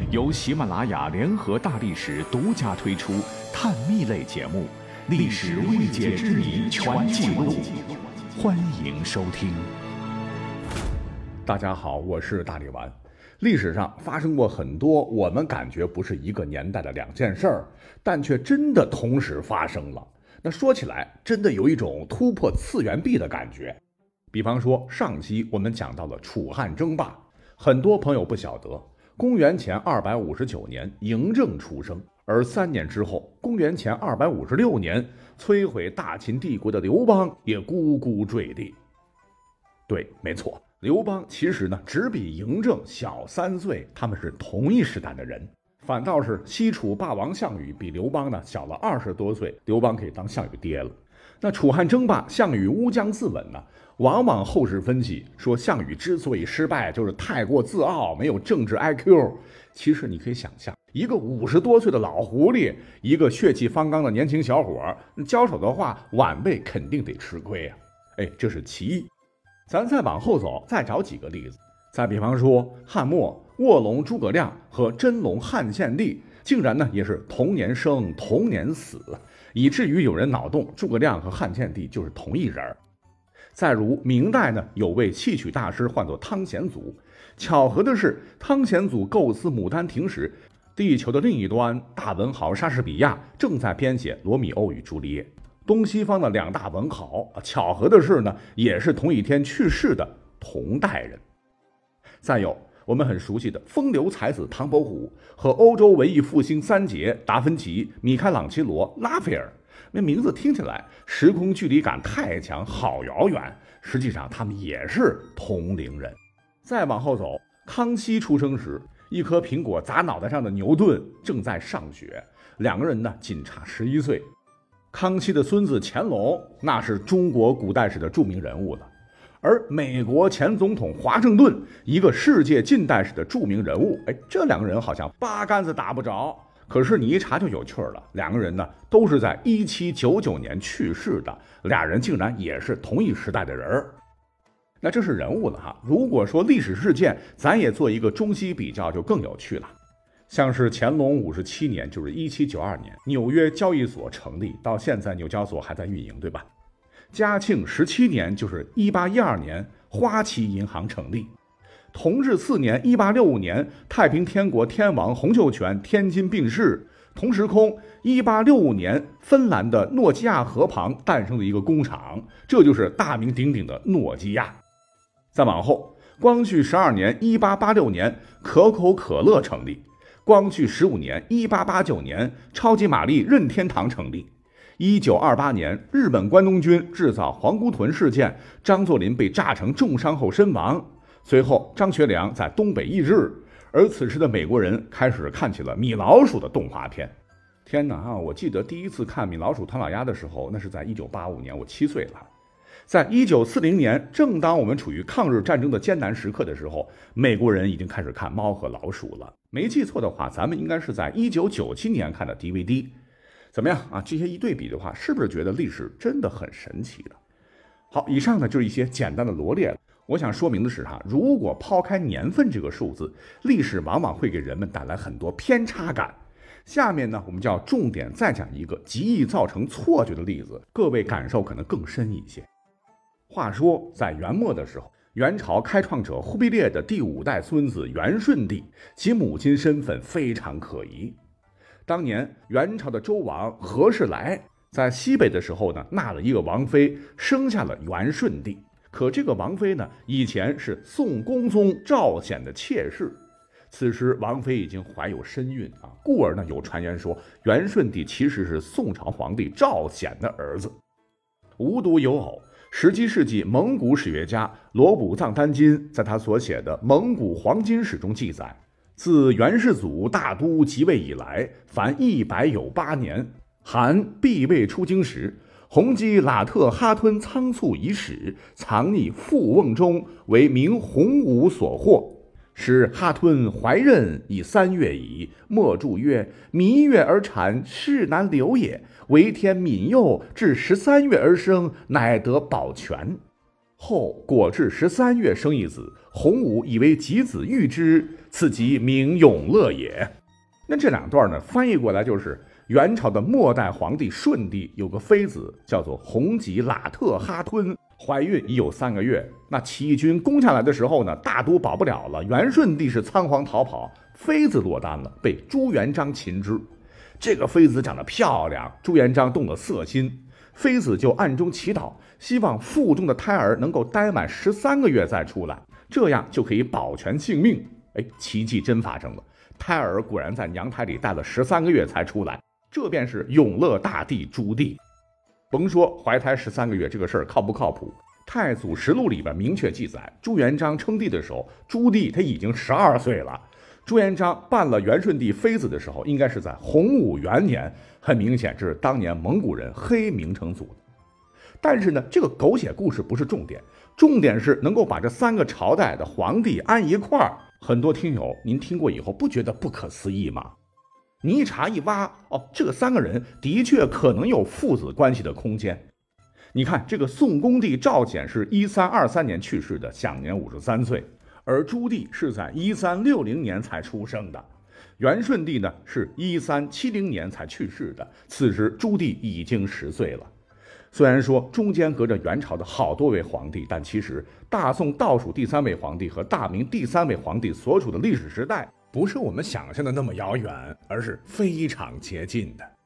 由喜马拉雅联合大历史独家推出探秘类节目《历史未解之谜全记录》，欢迎收听。 大家好，我是大力丸。历史上发生过很多我们感觉不是一个年代的两件事儿，但却真的同时发生了。那说起来真的有一种突破次元壁的感觉。比方说上期我们讲到了楚汉争霸，很多朋友不晓得，公元前259年嬴政出生，而3年之后，公元前256年，摧毁大秦帝国的刘邦也咕咕坠地。对，没错，刘邦其实呢只比嬴政小3岁，他们是同一时代的人。反倒是西楚霸王项羽比刘邦呢小了20多岁，刘邦可以当项羽爹了。那楚汉争霸，项羽乌江自刎呢，往往后世分析说项羽之所以失败，就是太过自傲，没有政治 IQ。其实你可以想象，一个50多岁的老狐狸，一个血气方刚的年轻小伙，交手的话，晚辈肯定得吃亏啊。这是其一。咱再往后走，再找几个例子。再比方说汉末卧龙诸葛亮和真龙汉献帝，竟然呢也是同年生同年死，以至于有人脑洞诸葛亮和汉献帝就是同一人。再如明代呢有位戏曲大师唤作汤显祖，巧合的是汤显祖构思《牡丹亭》时，地球的另一端大文豪莎士比亚正在编写《罗密欧与朱丽叶》。东西方的两大文豪，巧合的是呢也是同一天去世的同代人。再有我们很熟悉的风流才子唐伯虎和欧洲文艺复兴三杰达芬奇、米开朗基罗、拉斐尔，那名字听起来时空距离感太强，好遥远，实际上他们也是同龄人。再往后走，康熙出生时，一颗苹果砸脑袋上的牛顿正在上学，两个人呢仅差11岁。康熙的孙子乾隆，那是中国古代史的著名人物了。而美国前总统华盛顿，一个世界近代史的著名人物，这两个人好像八竿子打不着。可是你一查就有趣了，两个人呢都是在1799年去世的，俩人竟然也是同一时代的人。那这是人物了哈。如果说历史事件，咱也做一个中西比较，就更有趣了。像是乾隆57年，就是1792年，纽约交易所成立，到现在纽交所还在运营，对吧？嘉庆17年，就是1812年，花旗银行成立。同治4年1865年，太平天国天王洪秀全天津病逝。同时空1865年，芬兰的诺基亚河旁诞生了一个工厂，这就是大名鼎鼎的诺基亚。再往后，光绪12年1886年，可口可乐成立。光绪15年1889年，超级玛丽任天堂成立。1928年，日本关东军制造皇姑屯事件，张作霖被炸成重伤后身亡。随后张学良在东北抑制，而此时的美国人开始看起了米老鼠的动画片。天哪，我记得第一次看米老鼠唐老鸭的时候，那是在1985年，我7岁了。在1940年，正当我们处于抗日战争的艰难时刻的时候，美国人已经开始看猫和老鼠了。没记错的话，咱们应该是在1997年看的 DVD。怎么样啊？这些一对比的话，是不是觉得历史真的很神奇的？好，以上呢就是一些简单的罗列了。我想说明的是如果抛开年份这个数字，历史往往会给人们带来很多偏差感。下面呢，我们就要重点再讲一个极易造成错觉的例子，各位感受可能更深一些。话说在元末的时候，元朝开创者忽必烈的第5代孙子元顺帝，其母亲身份非常可疑。当年元朝的周王何世来在西北的时候呢，纳了一个王妃，生下了元顺帝。可这个王妃呢，以前是宋恭宗赵显的妾室。此时王妃已经怀有身孕啊，故而呢有传言说元顺帝其实是宋朝皇帝赵显的儿子。无独有偶，17世纪蒙古史学家罗卜藏丹津在他所写的《蒙古黄金史》中记载，自元世祖大都即位以来，凡108年，韩必位出京时，弘基喇特哈吞仓促已始，藏匿覆瓮中，为明洪武所获。使哈吞怀孕已3月矣，莫注曰：弥月而产，事难留也。为天悯佑，至13月而生，乃得保全。 后果至13月生一子，洪武以为己子育之，此即明永乐也。那这两段呢，翻译过来就是元朝的末代皇帝顺帝有个妃子叫做洪吉喇特哈吞，怀孕已有3个月。那起义军攻下来的时候呢，大都保不了了，元顺帝是仓皇逃跑，妃子落单了，被朱元璋擒之。这个妃子长得漂亮，朱元璋动了色心，妃子就暗中祈祷，希望腹中的胎儿能够待满13个月再出来，这样就可以保全性命。奇迹真发生了，胎儿果然在娘胎里待了13个月才出来，这便是永乐大帝朱棣。甭说怀胎13个月这个事儿靠不靠谱，太祖实录里边明确记载，朱元璋称帝的时候，朱棣他已经12岁了。朱元璋办了元顺帝妃子的时候，应该是在洪武元年，很明显这是当年蒙古人黑明成祖的。但是呢，这个狗血故事不是重点，重点是能够把这3个朝代的皇帝安一块儿。很多听友您听过以后不觉得不可思议吗？你一查一挖，这个3个人的确可能有父子关系的空间。你看这个宋恭帝赵简是1323年去世的，享年53岁，而朱棣是在1360年才出生的，元顺帝呢是1370年才去世的，此时朱棣已经10岁了。虽然说中间隔着元朝的好多位皇帝，但其实大宋倒数第3位皇帝和大明第3位皇帝所处的历史时代，不是我们想象的那么遥远，而是非常接近的。